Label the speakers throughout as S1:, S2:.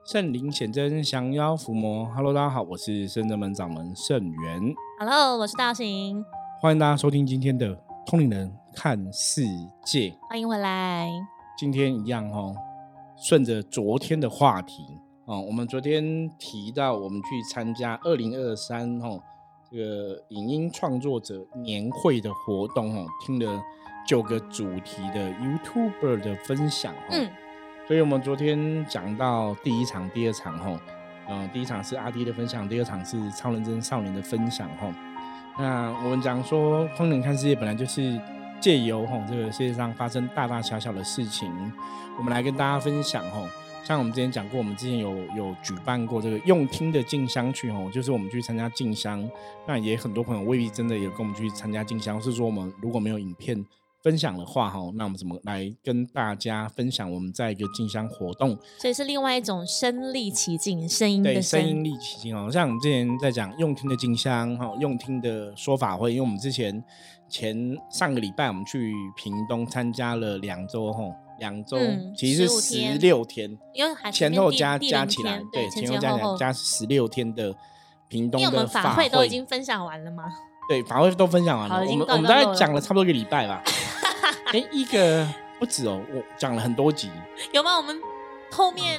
S1: 圣灵显真，降妖伏魔。Hello， 大家好，我是圣真门掌门圣元。
S2: Hello， 我是大行，
S1: 欢迎大家收听今天的通灵人看世界。
S2: 欢迎回来。
S1: 今天一样顺着昨天的话题我们昨天提到我们去参加2023这个影音创作者年会的活动听了9个主题的 YouTuber 的分享所以我们昨天讲到第一场第二场第一场是阿弟的分享，第二场是超人真少年的分享那我们讲说通灵看世界本来就是借由这个世界上发生大大小小的事情，我们来跟大家分享像我们之前讲过，我们之前有举办过这个用听的进香去就是我们去参加进香，那也很多朋友未必真的有跟我们去参加进香，是说我们如果没有影片分享的话那我们怎么来跟大家分享我们在一个进香活动，
S2: 所以是另外一种身临其境，声音的
S1: 对，身临其境像我们之前在讲用听的进香用听的说法会，因为我们之前上个礼拜我们去屏东参加了2周其实是16天，
S2: 因为还
S1: 前后加起来，对，前后加起来加16天的屏东的法会。
S2: 因为我们法会都已经分享完了吗？
S1: 对，法会都分享完了，我们大概讲了差不多1个礼拜吧一个不止我讲了很多集，
S2: 有吗？我们后面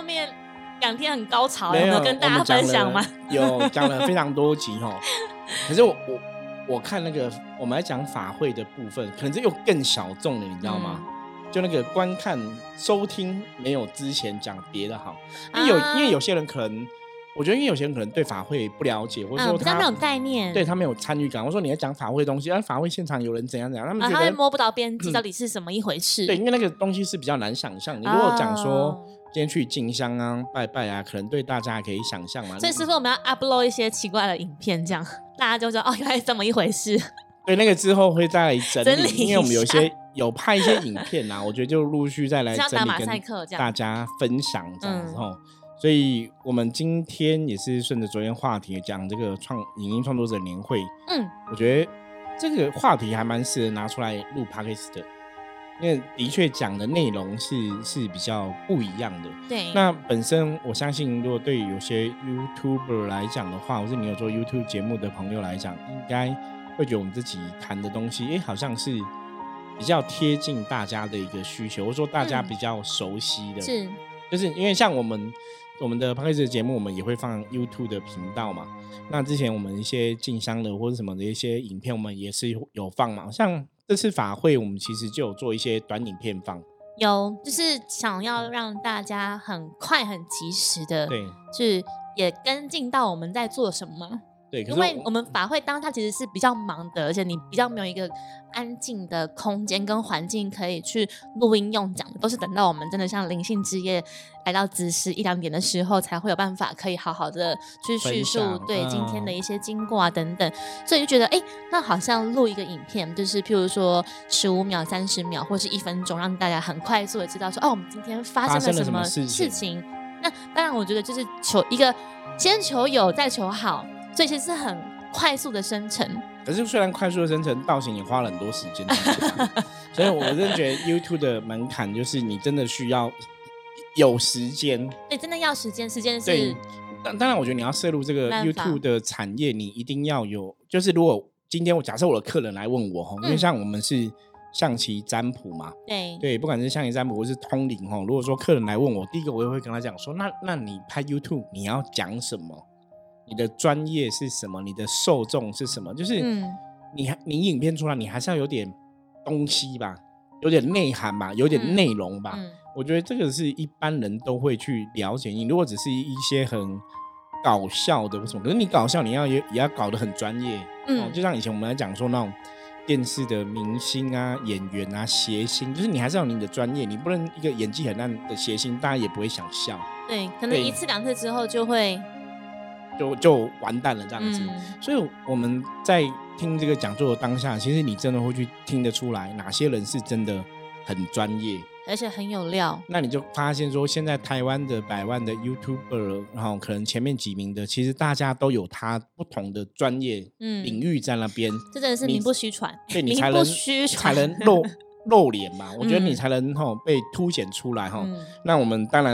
S2: 2天很高潮，有没有跟大家分享吗？
S1: 有讲了非常多集可是我看那个我们来讲法会的部分，可能这又更小众了，你知道吗？就那个观看收听没有之前讲别的好，因为有些人可能，我觉得因为有些人可能对法会不了解，或者说
S2: 他没有概念，
S1: 对他没有参与感。我说你在讲法会的东西，法会现场有人怎样怎样，他们觉得
S2: 他摸不到边际到底是什么一回事。
S1: 对，因为那个东西是比较难想象。你如果讲说今天去进香啊、拜拜啊，可能对大家可以想象嘛。
S2: 所以师父我们要 upload 一些奇怪的影片，这样大家就知道原来是这么一回事。
S1: 对，那个之后会再来整理，因为我们有拍一些影片我觉得就陆续再来整理跟大家分享这样子所以我们今天也是顺着昨天话题讲这个影音创作者年会我觉得这个话题还蛮适合拿出来录 Podcast 的，因为的确讲的内容是比较不一样的。
S2: 对，
S1: 那本身我相信如果对有些 YouTuber 来讲的话，或是你有做 YouTube 节目的朋友来讲，应该会觉得我们自己谈的东西好像是比较贴近大家的一个需求，或者说大家比较熟悉的
S2: 是，
S1: 就是因为像我们的 Podcast 的节目我们也会放 YouTube 的频道嘛，那之前我们一些进香的或者什么的一些影片我们也是有放嘛，像这次法会我们其实就有做一些短影片放，
S2: 有就是想要让大家很快很及时的
S1: 对，
S2: 是也跟进到我们在做什么。
S1: 对，
S2: 因为我们法会当下其实是比较忙的，而且你比较没有一个安静的空间跟环境可以去录音用讲的，都是等到我们真的像灵性之夜来到子时1-2点的时候，才会有办法可以好好的去叙述对今天的一些经过等等，所以就觉得那好像录一个影片，就是譬如说15秒、30秒或是1分钟，让大家很快速的知道说我们今天发生了什么事情。那当然我觉得就是先求有再求好，所以其实是很快速的生成，
S1: 可是虽然快速的生成，道行也花了很多时间所以我真的觉得 YouTube 的门槛就是你真的需要有时间，对，
S2: 真的要时间是
S1: 对，当然我觉得你要涉入这个 YouTube 的产业，你一定要有，就是如果今天假设我的客人来问我因为像我们是象棋占卜嘛，对，不管是象棋占卜或是通灵如果说客人来问我，第一个我也会跟他讲说，那你拍 YouTube 你要讲什么，你的专业是什么，你的受众是什么，就是你影片出来你还是要有点东西吧，有点内涵吧，有点内容吧我觉得这个是一般人都会去了解。你如果只是一些很搞笑的或什么，可是你搞笑你也要搞得很专业就像以前我们来讲说那种电视的明星啊、演员啊、谐星，就是你还是要有你的专业，你不能一个演技很烂的谐星，大家也不会想笑。
S2: 对，可能1次2次之后就会
S1: 就完蛋了这样子所以我们在听这个讲座的当下，其实你真的会去听得出来哪些人是真的很专业，
S2: 而且很有料。
S1: 那你就发现说现在台湾的100万的 YouTuber 然后可能前面几名的，其实大家都有他不同的专业领域在那边
S2: 这真的是名不虚传，
S1: 对，你才能露脸嘛我觉得你才能被凸显出来那我们当然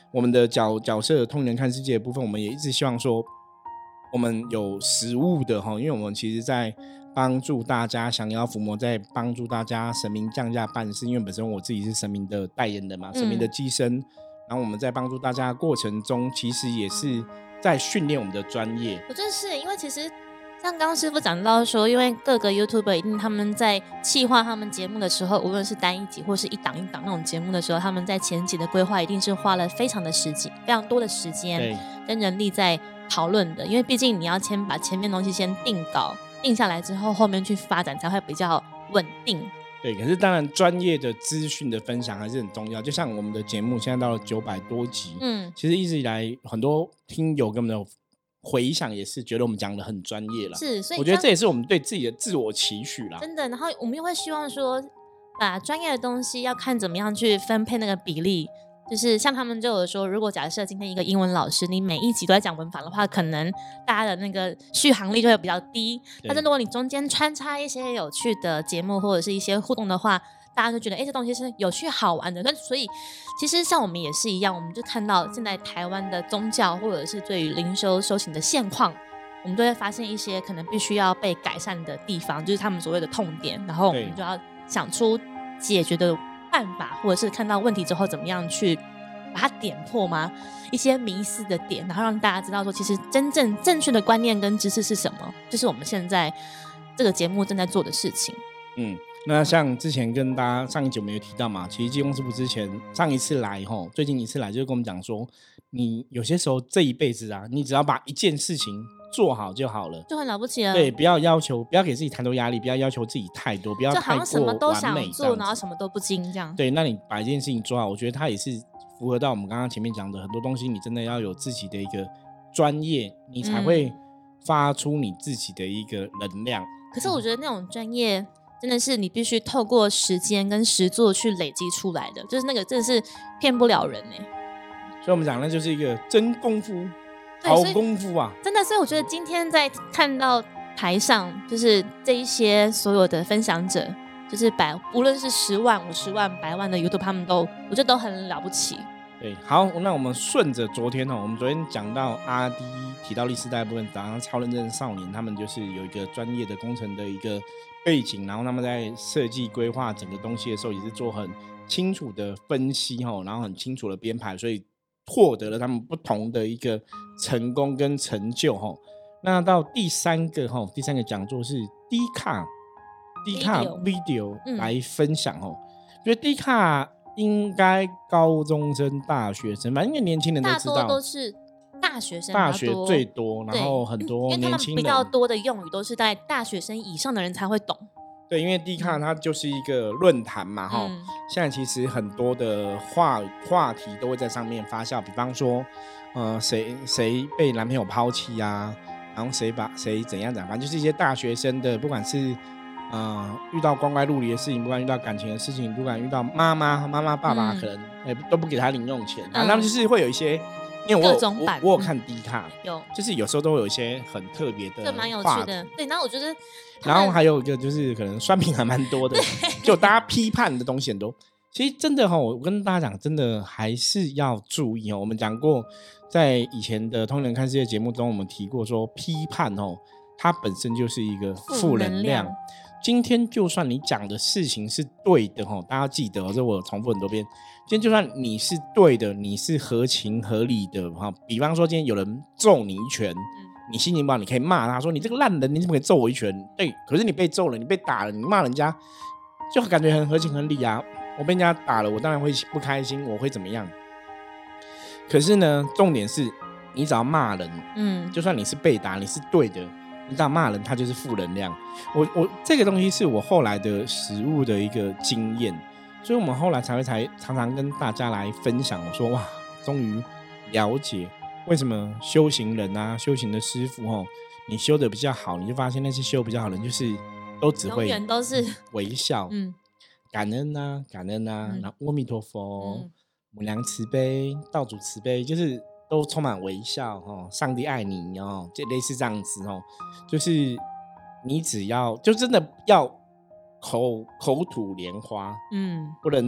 S1: 我们的角色通人看世界的部分，我们也一直希望说我们有实物的，因为我们其实在帮助大家，降妖伏魔，在帮助大家神明降价办事，因为本身我自己是神明的代言人嘛，神明的寄生，然后我们在帮助大家的过程中，其实也是在训练我们的专业。
S2: 我觉得是因为其实像刚刚师傅讲到说，因为各个 YouTuber 一定他们在企划他们节目的时候，无论是单一集或是一档一档那种节目的时候，他们在前期的规划一定是花了非常多的时间跟人力在讨论的，因为毕竟你要先把前面东西先定稿定下来之后，后面去发展才会比较稳定。
S1: 对，可是当然专业的资讯的分享还是很重要，就像我们的节目现在到了900多集，其实一直以来很多听友跟我们的回想也是觉得我们讲的很专业啦，
S2: 是，所以
S1: 我觉得这也是我们对自己的自我期许啦，
S2: 真的。然后我们又会希望说，把专业的东西要看怎么样去分配那个比例。就是像他们就有说，如果假设今天一个英文老师，你每一集都在讲文法的话，可能大家的那个续航力就会比较低。但是如果你中间穿插一些有趣的节目或者是一些互动的话，大家就觉得这东西是有趣好玩的。所以其实像我们也是一样，我们就看到现在台湾的宗教或者是对于灵修修行的现况，我们都会发现一些可能必须要被改善的地方，就是他们所谓的痛点，然后我们就要想出解决的办法，或者是看到问题之后怎么样去把它点破吗？一些迷思的点，然后让大家知道说，其实真正正确的观念跟知识是什么，就是我们现在这个节目正在做的事情。
S1: 那像之前跟大家上一集我们有提到嘛，其实济公师傅之前上一次来最近一次来就是跟我们讲说，你有些时候这一辈子啊，你只要把一件事情做好就好了，
S2: 就很了不起了。
S1: 对，不要给自己太多压力，不要要求自己太多，不要太过完美，
S2: 就好像什么都想做，然后什么都不精这样。
S1: 对，那你把一件事情做好，我觉得它也是符合到我们刚刚前面讲的很多东西，你真的要有自己的一个专业，你才会发出你自己的一个能量。
S2: 可是我觉得那种专业真的是你必须透过时间跟实作去累积出来的，就是那个真的是骗不了人
S1: 所以我们讲那就是一个真功夫，好功夫啊！
S2: 真的，所以我觉得今天在看到台上就是这一些所有的分享者，就是无论是10万、50万、100万的 YouTube， 他们都我觉得都很了不起。
S1: 对，好，那我们顺着昨天我们昨天讲到阿滴提到第4代部分，讲到超认真的少年，他们就是有一个专业的工程的一个背景，然后他们在设计规划整个东西的时候，也是做很清楚的分析然后很清楚的编排，所以获得了他们不同的一个成功跟成就那到第三个讲座是 D 卡 video 来分享觉得 D 卡应该高中生、大学生，反正因为年轻人都知道，
S2: 大多都是大学生，
S1: 大学最多，然后很多年轻人，因为他们
S2: 比较多的用语都是在大学生以上的人才会懂。
S1: 对，因为 D 卡它就是一个论坛嘛现在其实很多的话题都会在上面发酵，比方说谁被男朋友抛弃啊，然后谁怎样，反正就是一些大学生的，不管是遇到光怪陆离的事情，不管遇到感情的事情，不管遇到妈妈爸爸可能都不给他零用钱他们就是会有一些，因为我有看 D 卡就是有时候都会有一些很特别的，
S2: 这蛮有趣的。对，然后我觉得
S1: 然后还有一个就是可能酸评还蛮多的，就大家批判的东西很多。其实真的我跟大家讲，真的还是要注意我们讲过，在以前的通人看世界节目中，我们提过说，批判它本身就是一个负能量。今天就算你讲的事情是对的大家记得这我重复很多遍。今天就算你是对的，你是合情合理的比方说今天有人揍你一拳，你心情不好，你可以骂他说你这个烂人，你怎么可以揍我一拳？对，可是你被揍了，你被打了，你骂人家，就感觉很合情合理啊。我被人家打了，我当然会不开心，我会怎么样？可是呢，重点是你只要骂人，就算你是被打，你是对的，你只要骂人，他就是负能量。我这个东西是我后来的实务的一个经验，所以我们后来才常常跟大家来分享。我说哇，终于了解为什么修行人啊，修行的师傅你修的比较好，你就发现那些修比较好的人就是都只会
S2: 永远都是
S1: 微笑，感恩啊，然后阿弥陀佛，母娘慈悲，道主慈悲，就是都充满微笑上帝爱你就类似这样子就是你只要就真的要口吐莲花，不能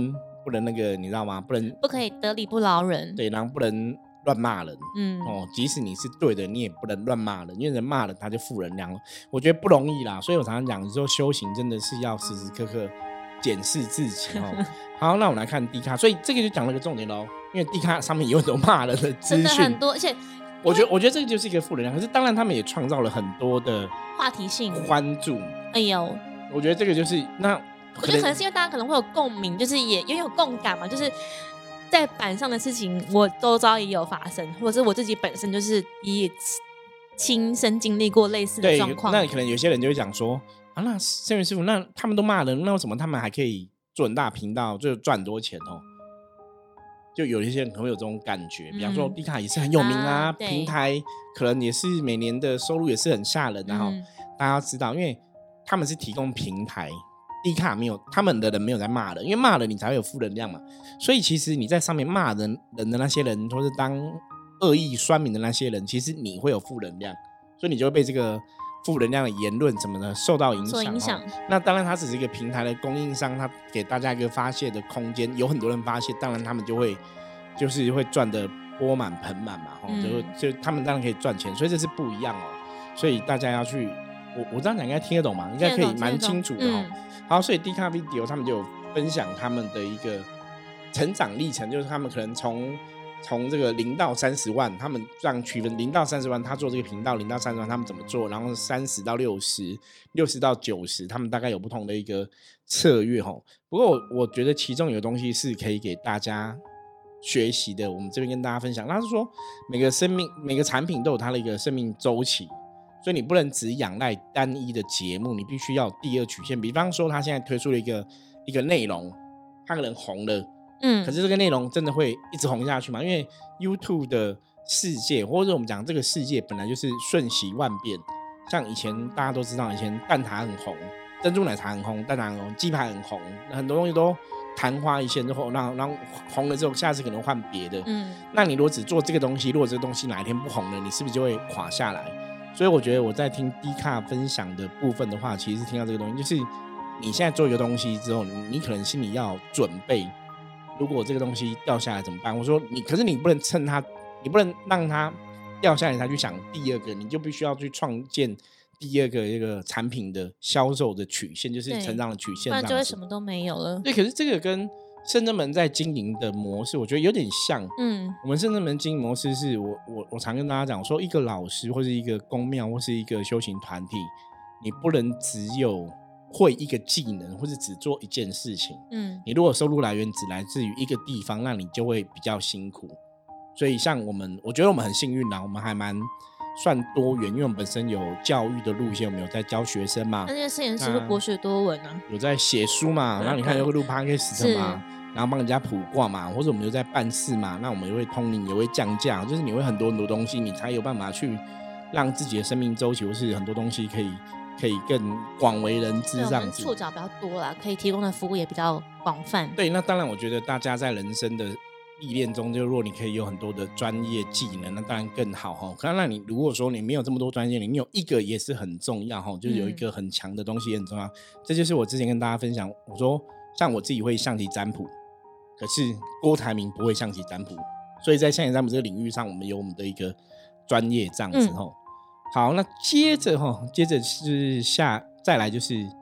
S1: 那个你知道吗？
S2: 不可以得理不饶人。
S1: 对，然后不能乱骂人。即使你是对的，你也不能乱骂人，因为人骂人他就负能量了。我觉得不容易啦，所以我常常讲，说修行真的是要时时刻刻检视自己。好，那我们来看 D 卡，所以这个就讲了个重点咯，因为 D 卡上面有很多骂人的资讯，真的
S2: 很多，而且
S1: 我觉得这个就是一个负能量。可是当然他们也创造了很多的
S2: 话题性
S1: 关注。
S2: 哎呦，
S1: 我觉得这个就是那。
S2: 我觉得可能是因为大家可能会有共鸣，就是也有共感嘛，就是在板上的事情，我周遭也有发生，或者是我自己本身就是也亲身经历过类似的状况。
S1: 那可能有些人就会讲说啊，那圣元师傅，那他们都骂人，那为什么他们还可以做很大频道，就赚很多钱哦？就有一些人可能会有这种感觉，比方说 D 卡也是很有名啊，平台可能也是每年的收入也是很吓人，然后大家要知道，因为他们是提供平台。D 卡没有，他们的人没有在骂人，因为骂人你才会有负能量嘛。所以其实你在上面骂人的那些人，或是当恶意酸民的那些人，其实你会有负能量，所以你就会被这个负能量的言论什么的受到影响。那当然，它只是一个平台的供应商，它给大家一个发泄的空间，有很多人发泄，当然他们就是会赚得钵满盆满嘛，就他们当然可以赚钱，所以这是不一样哦。所以大家要去，我这样讲应该听得懂嘛？应该可以蛮清楚的哦。好，所以 D 卡 video 他们就有分享他们的一个成长历程，就是他们可能从这个0到30万，他们这样区分0到30万，他做这个频道0到30万他们怎么做，然后30到60， 60到90，他们大概有不同的一个策略。不过我觉得其中有东西是可以给大家学习的，我们这边跟大家分享。他是说每个产品都有它的一个生命周期，所以你不能只仰赖单一的节目，你必须要有第二曲线。比方说他现在推出了一个内容，他可能红了，可是这个内容真的会一直红下去吗？因为 YouTube 的世界，或者我们讲这个世界本来就是瞬息万变。像以前大家都知道，以前蛋挞很红，珍珠奶茶很红，蛋挞很红，鸡排很红，很多东西都昙花一现之后，然后红了之后，下次可能换别的。那你如果只做这个东西，如果这个东西哪一天不红了，你是不是就会垮下来？所以我觉得我在听 D 卡分享的部分的话，其实是听到这个东西，就是你现在做一个东西之后，你可能心里要准备，如果这个东西掉下来怎么办？我说可是你不能趁它，你不能让它掉下来才去想第二个，你就必须要去创建第二个一个产品的销售的曲线，就是成长的曲线，不
S2: 然就会什么都没有了。
S1: 对，可是这个跟圣真门在经营的模式，我觉得有点像。我们圣真门经营模式是我常跟大家讲说，一个老师或是一个宫庙或是一个修行团体，你不能只有会一个技能，或是只做一件事情。你如果收入来源只来自于一个地方，那你就会比较辛苦。所以像我觉得我们很幸运啦，我们还蛮算多元，因为我们本身有教育的路线，我们有在教学生嘛，
S2: 而且圣严师傅博学多闻啊，
S1: 有在写书嘛，然后你看有个录 podcast 嘛，然后帮人家卜卦嘛，或者我们有在办事嘛，那我们也会通灵，也会降价，就是你会很多东西，你才有办法去让自己的生命周期或是很多东西可以更广为人知，这样子。
S2: 触角比较多啦，可以提供的服务也比较广泛。
S1: 对，那当然我觉得大家在人生的历练中，就如果你可以有很多的专业技能，那当然更好。可那你如果说你没有这么多专业，你有一个也是很重要，就是有一个很强的东西也很重要。这就是我之前跟大家分享，我说像我自己会象棋占卜，可是郭台铭不会象棋占卜，所以在象棋占卜这个领域上，我们有我们的一个专业这样子。好，那接着是再来就是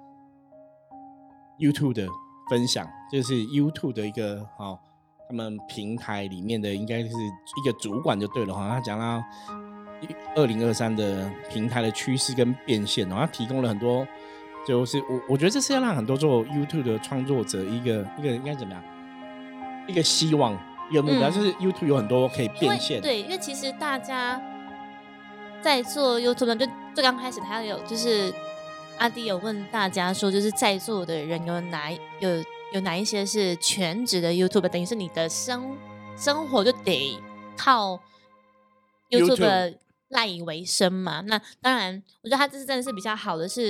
S1: YouTube 的分享，就是 YouTube 的一个他们平台里面的应该是一个主管就对了。他讲到2023的平台的趋势跟变现，他提供了很多，就是我觉得这是要让很多做 YouTube 的创作者一个应该怎么样，一个希望，一个目标，就是 YouTube 有很多可以变现。
S2: 对，因为其实大家在做 YouTube 就最刚开始他就是阿弟有问大家说，就是在座的人有哪一些是全职的 YouTube， 等于是你的生活就得靠 YouTube 赖以为生嘛。那当然我觉得他这次真的是比较好的是，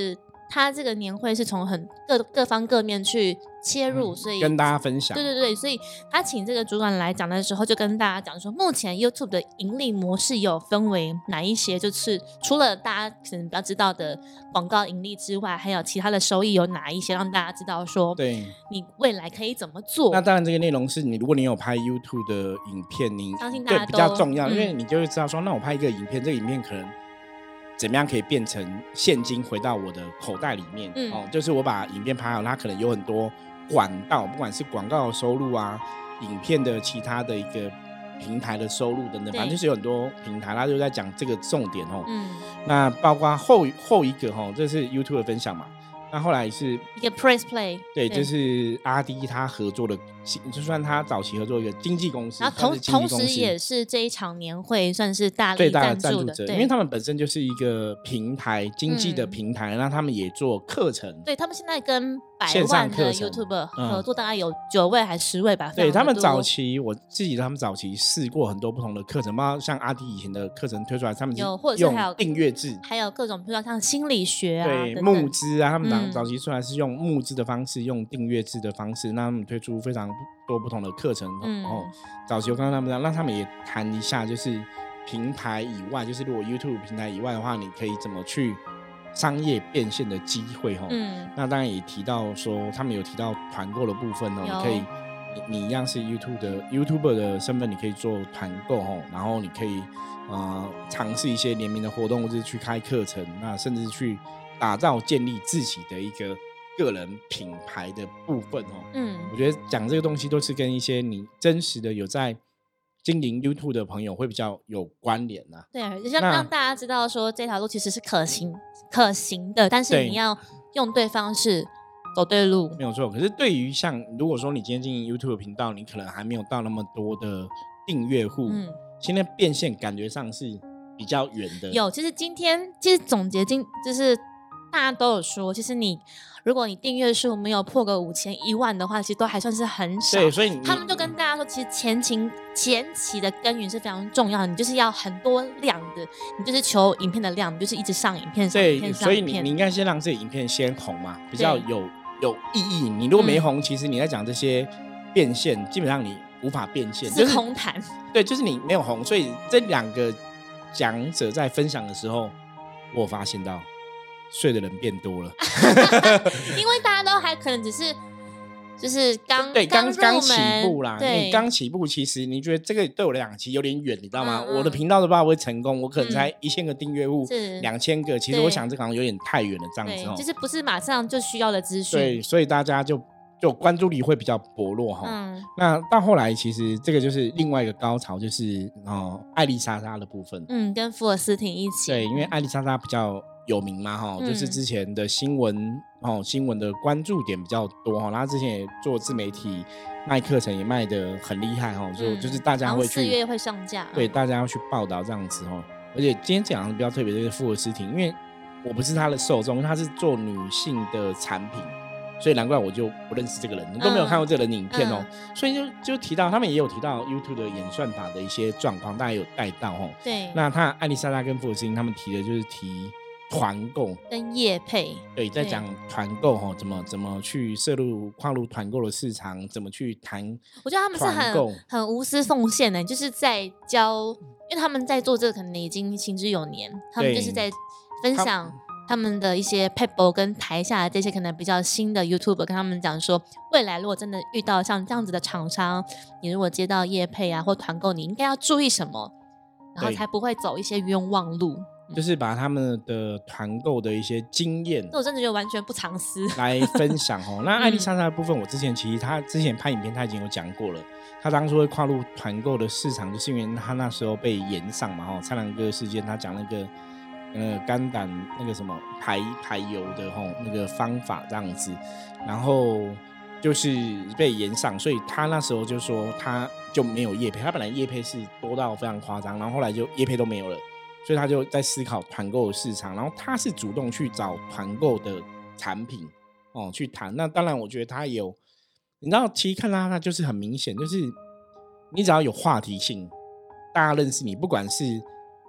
S2: 他这个年会是从各方各面去切入，所以
S1: 跟大家分享。
S2: 对对对，所以他请这个主管来讲的时候，就跟大家讲说，目前 YouTube 的盈利模式有分为哪一些，就是除了大家可能比较知道的广告盈利之外，还有其他的收益有哪一些，让大家知道说，
S1: 对，
S2: 你未来可以怎么做。
S1: 那当然，这个内容是你，如果你有拍 YouTube 的影片，你
S2: 相信大家
S1: 对比较重要，因为你就会知道说，那我拍一个影片，这个影片可能怎么样可以变成现金回到我的口袋里面。就是我把影片拍好，它可能有很多管道，不管是广告的收入啊，影片的其他的一个平台的收入等等，反正就是有很多平台，他就在讲这个重点那包括后一个这是 YouTube 的分享嘛。那后来是
S2: 一个 Press Play，
S1: 对，就是阿滴他合作的，就算他早期合作一个经纪公司，
S2: 然后同时也是这一场年会算是最大的赞助
S1: 者，因为他们本身就是一个平台经济的平台，那他们也做课程，
S2: 对他们现在跟100万的 YouTuber 合作，大概有9位还10位吧。
S1: 对，他们早期我自己他们早期试过很多不同的课程，包括像阿滴以前的课程推出来，他们
S2: 有或者是还有
S1: 订阅制，
S2: 还有各种比如像心理学啊，
S1: 对募资啊，他们早期出来是用募资的方式，用订阅制的方式，那他们推出非常多不同的课程。早期我刚刚他们讲，那他们也谈一下，就是平台以外，就是如果 YouTube 平台以外的话，你可以怎么去商业变现的机会那当然也提到说，他们有提到团购的部分你可以你一样是 YouTuber 的身份，你可以做团购然后你可以尝试一些联名的活动，或者去开课程，那甚至去打造建立自己的一个个人品牌的部分我觉得讲这个东西都是跟一些你真实的有在经营 YouTube 的朋友会比较有关联
S2: 对，就像让大家知道说这条路其实是可行的，但是你要用对方式走对路，
S1: 没有错。可是对于像如果说你今天经营 YouTube 频道，你可能还没有到那么多的订阅户，现在变现感觉上是比较远的。
S2: 其实今天总结就是大家都有说，其实如果你订阅数没有破个5000、1万的话，其实都还算是很少。
S1: 对，所以
S2: 他们就跟大家说，其实前期的耕耘是非常重要的，你就是要很多量的，你就是求影片的量，你就是一直上影片，上影片，
S1: 所以你应该先让这影片先红嘛，比较有意义。你如果没红，其实你在讲这些变现，基本上你无法变现，
S2: 是空谈。
S1: 对，就是你没有红，所以这两个讲者在分享的时候，我发现到睡的人变多了，
S2: 因为大家都还可能只是就是刚
S1: 起步啦。你刚起步，其实你觉得这个对我来讲其实有点远，你知道吗？我的频道都不知道会成功，我可能才1000个订阅户，2000个，其实我想这个好像有点太远了，这样子
S2: 就是不是马上就需要的资讯。
S1: 对，所以大家就关注力会比较薄弱那到后来其实这个就是另外一个高潮，就是艾丽莎莎的部分，
S2: 跟福尔斯汀一起。
S1: 对，因为艾丽莎莎比较有名嘛就是之前的新闻的关注点比较多然后之前也做自媒体卖课程也卖得很厉害所以就是大家会去
S2: 4月会上架，
S1: 对，大家要去报道这样子而且今天讲的比较特别的是福尔斯汀，因为我不是他的受众，因为他是做女性的产品，所以难怪我就不认识这个人，都没有看过这个人的影片所以就提到他们也有提到 YouTube 的演算法的一些状况，大家有带到
S2: 对，
S1: 那艾丽莎莎跟福尔斯汀他们提的就是提团购
S2: 跟业配，
S1: 对，在讲团购怎么去跨入团购的市场，怎么去谈。
S2: 我觉得他们是很无私奉献的，就是在教，因为他们在做这个可能已经行之有年，他们就是在分享他们的一些 people 跟台下的这些可能比较新的 YouTuber， 跟他们讲说，未来如果真的遇到像这样子的厂商，你如果接到业配啊或团购，你应该要注意什么，然后才不会走一些冤枉路。
S1: 就是把他们的团购的一些经验，
S2: 那我真的觉得完全不藏私
S1: 来分享那艾丽莎莎的部分，我之前之前拍影片他已经有讲过了，他当初会跨入团购的市场，就是因为他那时候被延上嘛灿烂哥事件，他讲那个肝胆那个什么排油的那个方法这样子，然后就是被延上，所以他那时候就说他就没有业配，他本来业配是多到非常夸张，然后后来就业配都没有了，所以他就在思考团购的市场，然后他是主动去找团购的产品去谈。那当然我觉得他有，你知道其实看他就是很明显，就是你只要有话题性，大家认识你，不管是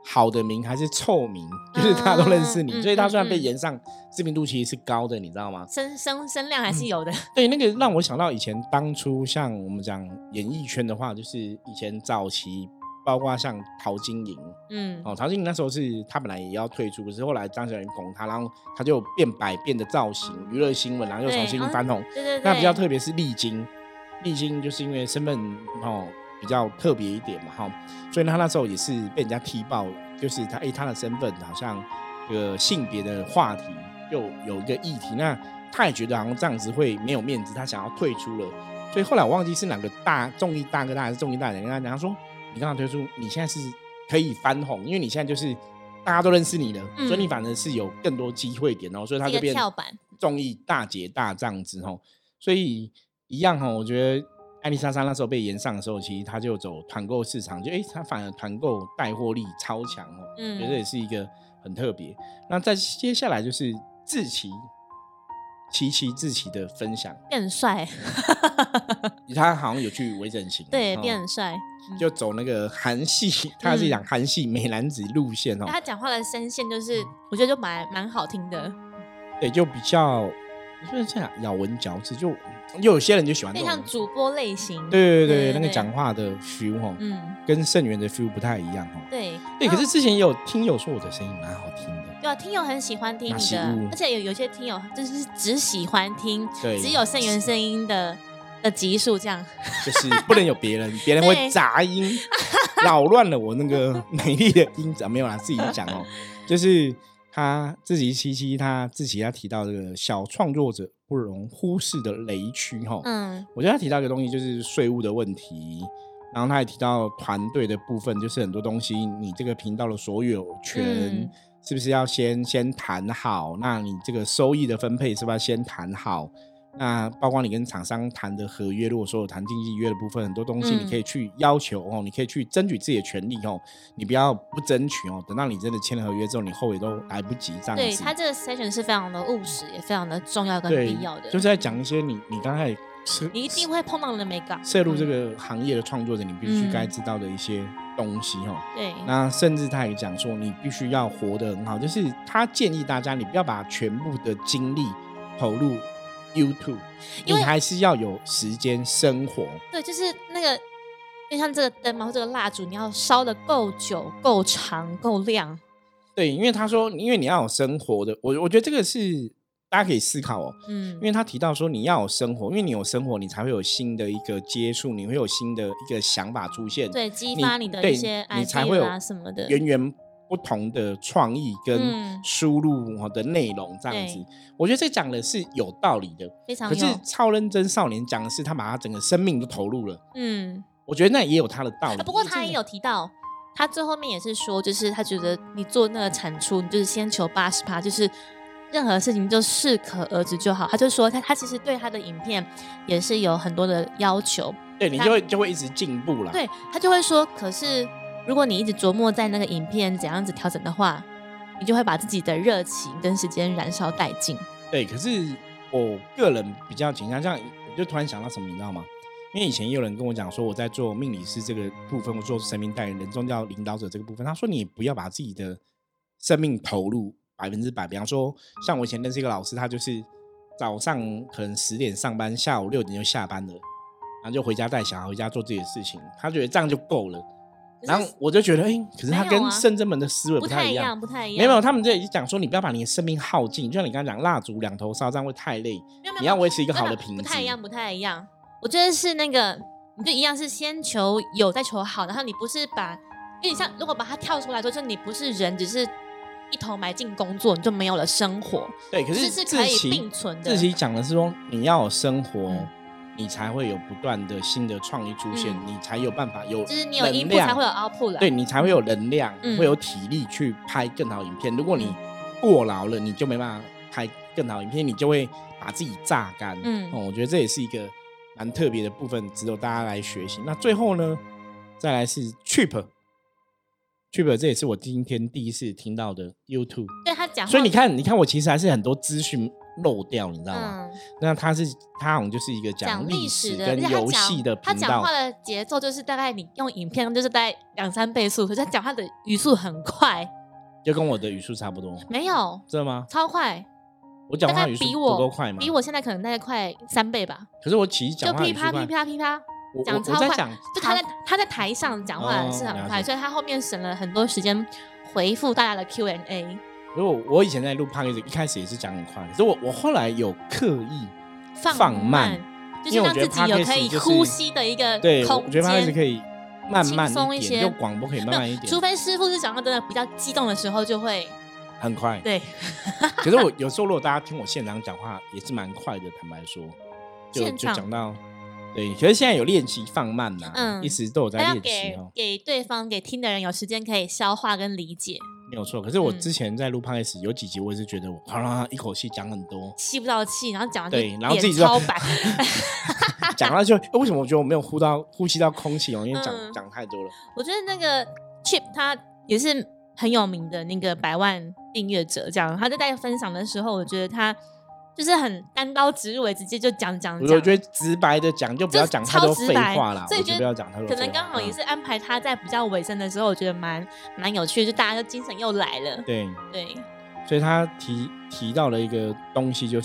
S1: 好的名还是臭名，就是大家都认识你，所以他虽然被
S2: 嗯
S1: 延上，知名度其实是高的，你知道吗？
S2: 声量还是有的。
S1: 对，那个让我想到以前当初像我们讲演艺圈的话，就是以前早期，包括像陶晶莹，陶晶莹那时候是他本来也要退出，可是后来张小云拱他，然后他就百变的造型，娱乐新闻，然后又重新翻红。
S2: 对，
S1: 那比较特别是丽晶就是因为身份比较特别一点嘛，所以他那时候也是被人家踢爆，就是他的身份好像这个性别的话题就有一个议题，那他也觉得好像这样子会没有面子，他想要退出了。所以后来我忘记是哪个综艺大哥大还是综艺大人跟他讲说，你刚刚退出，你现在是可以翻红，因为你现在就是大家都认识你了，所以你反而是有更多机会点所以他就变综艺大姐大这样子所以一样我觉得艾丽莎莎那时候被延上的时候，其实他就走团购市场，就他反而团购带货力超强觉得这也是一个很特别。那再接下来就是志祺的分享，
S2: 变帅
S1: 他好像有去微整形，
S2: 对，变很帅，
S1: 就走那个韩系，他是讲韩系美男子路线
S2: 他讲话的声线就是我觉得就蛮好听的，
S1: 对，就比较就是这样咬文嚼字，就有些人就喜欢这种
S2: 像主播类型，
S1: 对，那个讲话的 feel 跟盛元的 feel 不太一样对，可是之前也有听友说我的声音蛮好听的，
S2: 对啊，听友很喜欢听你的，而且有些听友就是只喜欢听只有盛元声音的集数，这样
S1: 就是不能有别人会杂音扰乱了我那个美丽的音质没有啦，自己讲就是他志祺他提到这个小创作者不容忽视的雷区我觉得他提到一个东西就是税务的问题，然后他也提到团队的部分，就是很多东西你这个频道的所有权是不是要先谈好，那你这个收益的分配是不是要先谈好，那包括你跟厂商谈的合约，如果说有谈经纪约的部分，很多东西你可以去要求你可以去争取自己的权利你不要不争取等到你真的签了合约之后，你后悔都来不及这样子。
S2: 对，他这个 session 是非常的务实，也非常的重要跟必要的，
S1: 就是在讲一些你刚才
S2: 你一定会碰到的美感，
S1: 涉入这个行业的创作者你必须该知道的一些东西
S2: 对，
S1: 那甚至他也讲说你必须要活得很好，就是他建议大家你不要把全部的精力投入YouTube， 你还是要有时间生活。对，
S2: 就是那个就像这个灯嘛，或这个蜡烛，你要烧的够久、够长、够亮。
S1: 对，因为他说，因为你要有生活的，我觉得这个是大家可以思考因为他提到说你要有生活，因为你有生活，你才会有新的一个接触，你会有新的一个想法出现，
S2: 对，激发你的一些 idea
S1: 你才会有
S2: 什么的
S1: 源源不同的创意跟输入的内容这样子，我觉得这讲的是有道理的，
S2: 非常
S1: 可是超认真少年讲的是他把他整个生命都投入了，我觉得那也有他的道理。
S2: 不过他也有提到，他最后面也是说，就是他觉得你做那个产出，你就是先求80%，就是任何事情就适可而止就好。他就说他其实对他的影片也是有很多的要求，
S1: 对你就会一直进步了。
S2: 对，他就会说，可是如果你一直琢磨在那个影片怎样子调整的话，你就会把自己的热情跟时间燃烧殆尽。
S1: 对，可是我个人比较倾向，这样我就突然想到什么，你知道吗？因为以前也有人跟我讲说，我在做命理师这个部分，我做生命代言人、宗教领导者这个部分，他说你不要把自己的生命投入100%。比方说，像我以前认识一个老师，他就是早上可能10点上班，下午6点就下班了，然后就回家带小孩，回家做自己的事情，他觉得这样就够了。然后我就觉得，可是他跟圣真门的思维不太一样，
S2: 不太一样。
S1: 没有，他们这里讲说，你不要把你的生命耗尽，就像你刚刚讲，蜡烛2头烧，这样会太累。你要维持一个好的品质。
S2: 不太一样。我觉得是那个，你就一样是先求有，再求好，然后你不是把，因为你像如果把它跳出来说，就你不是人，只是一头埋进工作，你就没有了生活。
S1: 对，可是
S2: 可以并存的。
S1: 自己讲的是说，你要有生活。你才会有不断的新的创意出现，你才有办法有，
S2: 就是你有input才会有 output
S1: 对，你才会有能量，会有体力去拍更好影片。如果你过劳了，你就没办法拍更好影片，你就会把自己榨干。我觉得这也是一个蛮特别的部分，值得大家来学习。那最后呢，再来是 Cheap， 这也是我今天第一次听到的 YouTube。
S2: 对他讲，
S1: 所以你看我其实还是很多资讯漏掉，你知道吗？那他好像就是一个讲历史跟游戏的频道，
S2: 他讲话的节奏就是大概你用影片就是大概2-3倍速，可是他讲话的语速很快，
S1: 就跟我的语速差不多。没
S2: 有，
S1: 真的吗？
S2: 超快。
S1: 我讲话语速不够快吗？
S2: 比我现在可能大概快3倍吧。
S1: 可是我其实讲话语速快，
S2: 就噼啪噼啪讲超快。就他在台上讲话是很快，所以他后面省了很多时间回复大家的 Q&A。
S1: 如果我以前在录 podcast 一开始也是讲很快，可是我后来有刻意放慢，
S2: 就是让自己有可以呼吸的一个空间。
S1: 对，我觉得 podcast 可以慢慢一点，就广播可以慢慢一点。
S2: 除非师傅是讲话真的比较激动的时候，就会
S1: 很快。
S2: 对，
S1: 可是我有时候如果大家听我现场讲话也是蛮快的，坦白说，就讲到。对，可是现在有练习放慢啦，一直都有在练习
S2: 给对方给听的人有时间可以消化跟理解，
S1: 没有错。可是我之前在录 podcast 有几集，我也是觉得我一口气讲很多，
S2: 吸不到气，然后讲完
S1: 对，然后自己
S2: 超白，
S1: 讲到就为什么我觉得我没有呼吸到空气哦，因为讲太多了。
S2: 我觉得那个 Chip 他也是很有名的那个100万订阅者，这样他在分享的时候，我觉得他。就是很单刀直入，直接就讲。我
S1: 觉得直白的讲，就不要讲太多废话啦。
S2: 所以我
S1: 觉得不要讲太多废话。
S2: 可能刚好也是安排他在比较尾声的时候，我觉得蛮有趣的，就大家就精神又来了。
S1: 对。
S2: 所
S1: 以他提到了一个东西，就是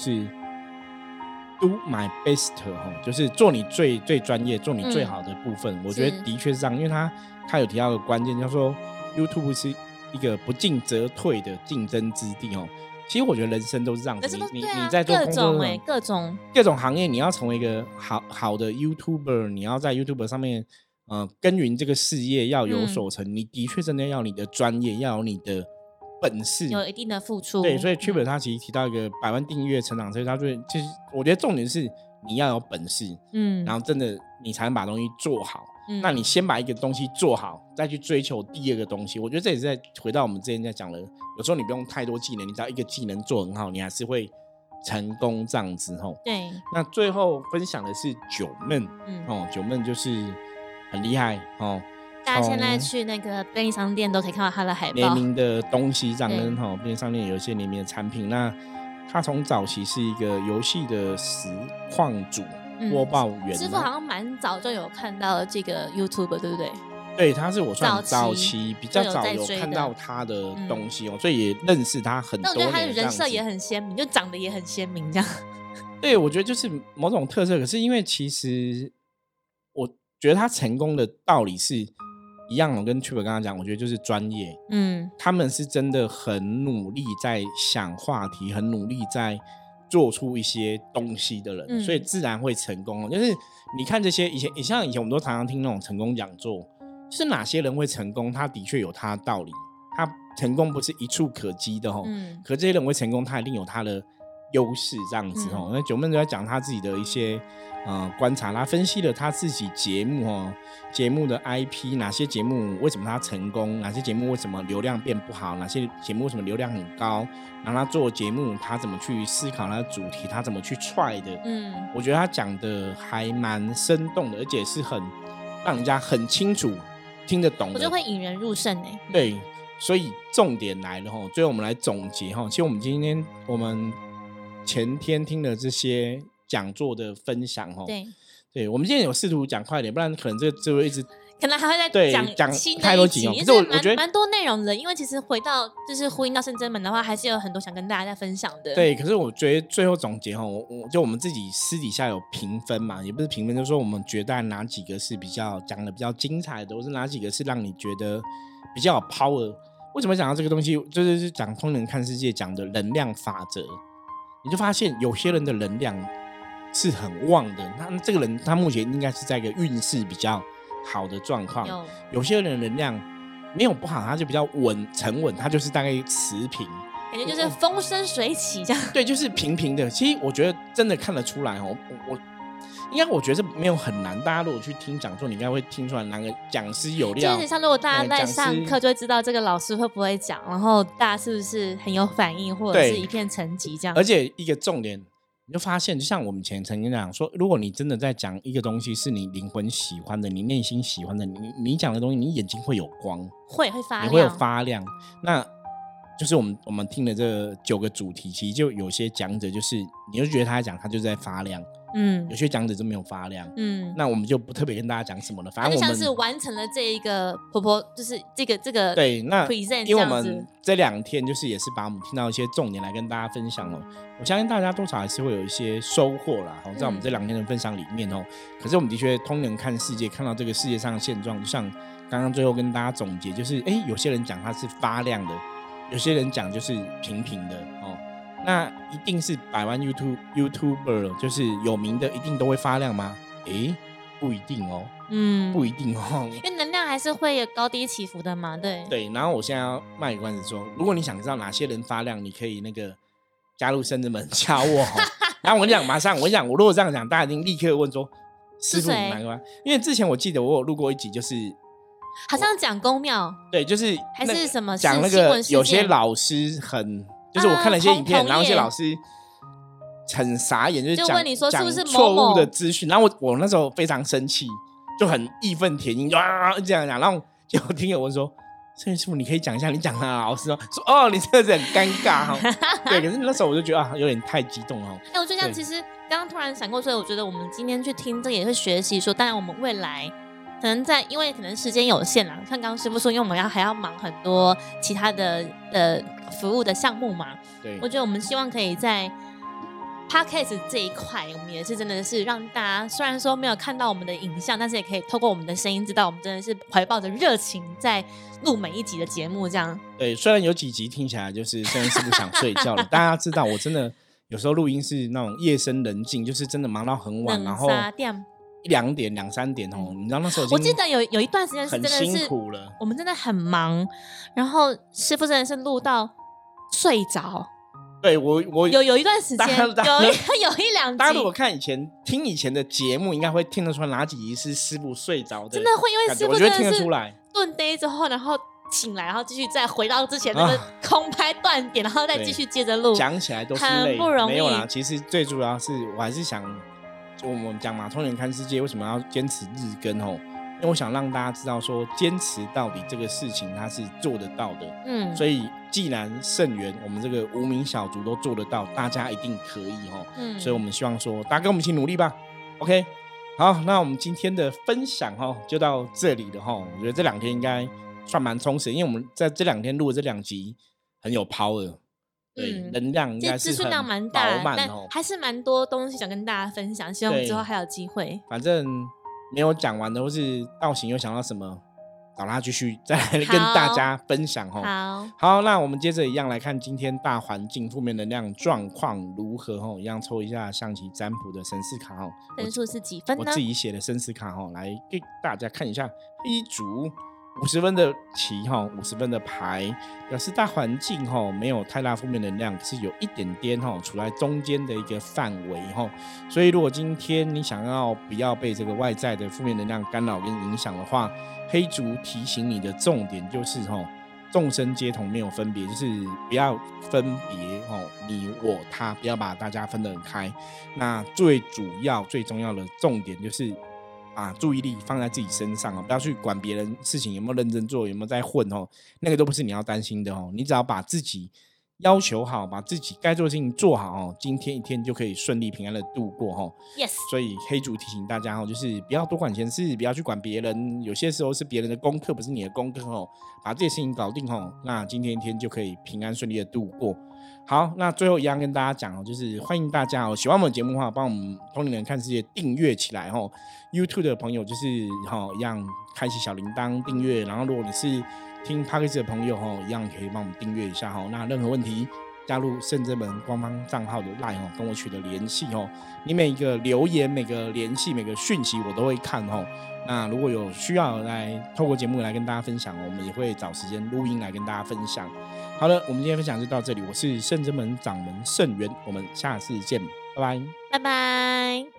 S1: do my best 就是做你最专业、做你最好的部分。我觉得的确是这样，因为他有提到一个关键，叫做 YouTube 是一个不进则退的竞争之地其实我觉得人生都是这样子，你在做工作各种行业，你要成为一个好的 YouTuber， 你要在 YouTuber 上面耕耘这个事业要有所成，你的确真的要你的专业，要有你的本事，
S2: 有一定的付出。
S1: 对，所以 Chip 他其实提到一个100万订阅成长，所以他其实我觉得重点是你要有本事，然后真的你才能把东西做好。那你先把一个东西做好，再去追求第二个东西。我觉得这也是在回到我们之前在讲的，有时候你不用太多技能，你只要一个技能做很好，你还是会成功这样子
S2: 对。
S1: 那最后分享的是九妹，九妹就是很厉害
S2: 大家现在去那个便利商店都可以看到他的海报，
S1: 联名的东西这样跟便利商店有一些联名的产品。那他从早期是一个游戏的实况主。播报员
S2: 师傅好像蛮早就有看到这个 YouTube， 对不对？
S1: 对，他是我算早期比较早有看到他的东西所以也认识他很多年。
S2: 那我觉得他的人设也很鲜明，就长得也很鲜明，这样。
S1: 对，我觉得就是某种特色。可是因为其实我觉得他成功的道理是一样跟 Chip 刚刚讲，我觉得就是专业。他们是真的很努力在想话题，很努力在做出一些东西的人，所以自然会成功。就是你看这些以前我们都常常听那种成功讲座，就是哪些人会成功，他的确有他的道理，他成功不是一触可及的可这些人会成功，他一定有他的优势这样子那九妹就在讲他自己的一些观察，他分析了他自己节目的 IP， 哪些节目为什么他成功，哪些节目为什么流量变不好，哪些节目为什么流量很高，然后他做节目他怎么去思考他的主题，他怎么去踹的我觉得他讲的还蛮生动的，而且是很让人家很清楚听得懂的，
S2: 我就会引人入胜
S1: 对，所以重点来了最后我们来总结其实我们前天听了这些讲座的分享对，我们今天有试图讲快点，不然可能这会一直
S2: 可能还会再讲
S1: 太多集
S2: 可是我觉得蛮多内容的，因为其实回到就是呼应到圣真门的话，还是有很多想跟大家再分享的。
S1: 对，可是我觉得最后总结就我们自己私底下有评分嘛，也不是评分，就是说我们觉得哪几个是讲的比较精彩的，或是哪几个是让你觉得比较有 power。为什么讲到这个东西，就是讲通人看世界讲的能量法则，你就发现有些人的能量是很旺的，那这个人他目前应该是在一个运势比较好的状况。有些人的能量没有不好，他就比较沉稳，他就是大概持平，
S2: 感觉就是风生水起这样。
S1: 对，就是平平的。其实我觉得真的看得出来我觉得没有很难，大家如果去听讲座，你应该会听出来哪个讲师有料。
S2: 就是像如果大家在上课，就会知道这个老师会不会讲，然后大家是不是很有反应，或者是一片沉寂这样。
S1: 而且一个重点，你就发现，就像我们前曾经讲说，如果你真的在讲一个东西是你灵魂喜欢的，你内心喜欢的，你讲的东西，你眼睛会有光，
S2: 会发亮，
S1: 你会有发亮。那就是我们听的这9个主题，其实就有些讲者就是你就觉得他在讲，他就是在发亮，有些讲者就没有发亮，那我们就不特别跟大家讲什么了，反正我们
S2: 就像是完成了这一个婆婆，就是这个
S1: 对，那
S2: present
S1: 因为我们这2天就是也是把我们听到一些重点来跟大家分享哦，我相信大家多少还是会有一些收获啦，在我们这2天的分享里面哦，可是我们的确通人看世界，看到这个世界上的现状，就像刚刚最后跟大家总结，就是有些人讲它是发亮的，有些人讲就是平平的哦。那一定是百万 YouTuber 就是有名的一定都会发亮吗？不一定哦，不一定哦，
S2: 因为能量还是会有高低起伏的嘛，对。
S1: 对，然后我现在要卖个关子说，如果你想知道哪些人发亮，你可以那个加入圣人们加我哦。然后我讲马上，我讲我如果这样讲，大家一定立刻问说师傅哪个？因为之前我记得我有录过一集，就是
S2: 好像讲宫庙，
S1: 对，就是
S2: 还是什么
S1: 讲那个有些老师就是我看了一些影片，然后一些老师很傻眼，就是
S2: 问你说是不是
S1: 错误的资讯，然后我那时候非常生气，就很义愤填膺，这样讲，然后就听友问说：“圣元师傅，你可以讲一下你讲他的老师哦？”说：“哦，你真的是很尴尬哈。”对，可是那时候我就觉得有点太激动了。
S2: 我就像其实刚刚突然闪过，所以我觉得我们今天去听这个也会学习说，当然我们未来。可能因为可能时间有限啦，像刚刚师傅说，因为我们还要忙很多其他的服务的项目嘛。
S1: 对，
S2: 我觉得我们希望可以在 Podcast 这一块，我们也是真的是让大家虽然说没有看到我们的影像，但是也可以透过我们的声音知道我们真的是怀抱着热情在录每一集的节目这样。对，
S1: 虽然有几集听起来就是真的是不想睡觉了，大家知道我真的有时候录音是那种夜深人静，就是真的忙到很晚，然后2点2、3点你知道那时候
S2: 我记得有一段时间是真的是
S1: 很辛苦了，
S2: 我们真的很忙，然后师傅真的是录到睡着。
S1: 对，我
S2: 有一段时间，有1-2集，
S1: 大家如果听以前的节目，应该会听得出来哪几集是师傅睡着的，
S2: 真的会，因为师傅真的是顿呆之后，然后醒来，然后继续再回到之前那个空拍断点，然后再继续接着录，
S1: 讲起来都是累，
S2: 很不容易。
S1: 没有啦，其实最主要是我还是想。就我们讲嘛，通人看世界为什么要坚持日更因为我想让大家知道说，坚持到底这个事情它是做得到的。所以既然圣元我们这个无名小卒都做得到，大家一定可以所以我们希望说，大家跟我们一起努力吧。OK， 好，那我们今天的分享就到这里了我觉得这2天应该算蛮充实的，因为我们在这2天录的这2集很有 power。对，能量应该是
S2: 资讯量蛮大，但还是蛮多东西想跟大家分享，希望之后还有机会。
S1: 反正没有讲完的，或是道行又想到什么，找他继续再来跟大家分享好，那我们接着一样来看今天大环境负面能量状况如何一样抽一下象棋占卜的神士卡
S2: 分数是几分呢？
S1: 我自己写的神士卡来给大家看一下。黑竹50分的棋50分的牌，表示大环境没有太大负面能量，可是有一点点处在中间的一个范围所以如果今天你想要不要被这个外在的负面能量干扰跟影响的话，黑竹提醒你的重点就是众生皆同，没有分别，就是不要分别你我他，不要把大家分得很开。那最主要最重要的重点就是把注意力放在自己身上不要去管别人事情有没有认真做，有没有在混那个都不是你要担心的你只要把自己要求好，把自己该做的事情做好今天一天就可以顺利平安的度过
S2: Yes。
S1: 所以黑竹提醒大家就是不要多管闲事，不要去管别人，有些时候是别人的功课，不是你的功课把这些事情搞定那今天一天就可以平安顺利的度过。好，那最后一样跟大家讲就是欢迎大家喜欢我们的节目的话，帮我们通灵人看世界订阅起来YouTube 的朋友就是一样开启小铃铛订阅，然后如果你是听 Podcast 的朋友一样可以帮我们订阅一下那任何问题加入圣真门官方账号的 LINE 跟我取得联系你每一个留言每个联系每个讯息我都会看那如果有需要来透过节目来跟大家分享我们也会找时间录音来跟大家分享。好了，我们今天分享就到这里，我是圣真门掌门圣元，我们下次见，拜拜，
S2: 拜拜。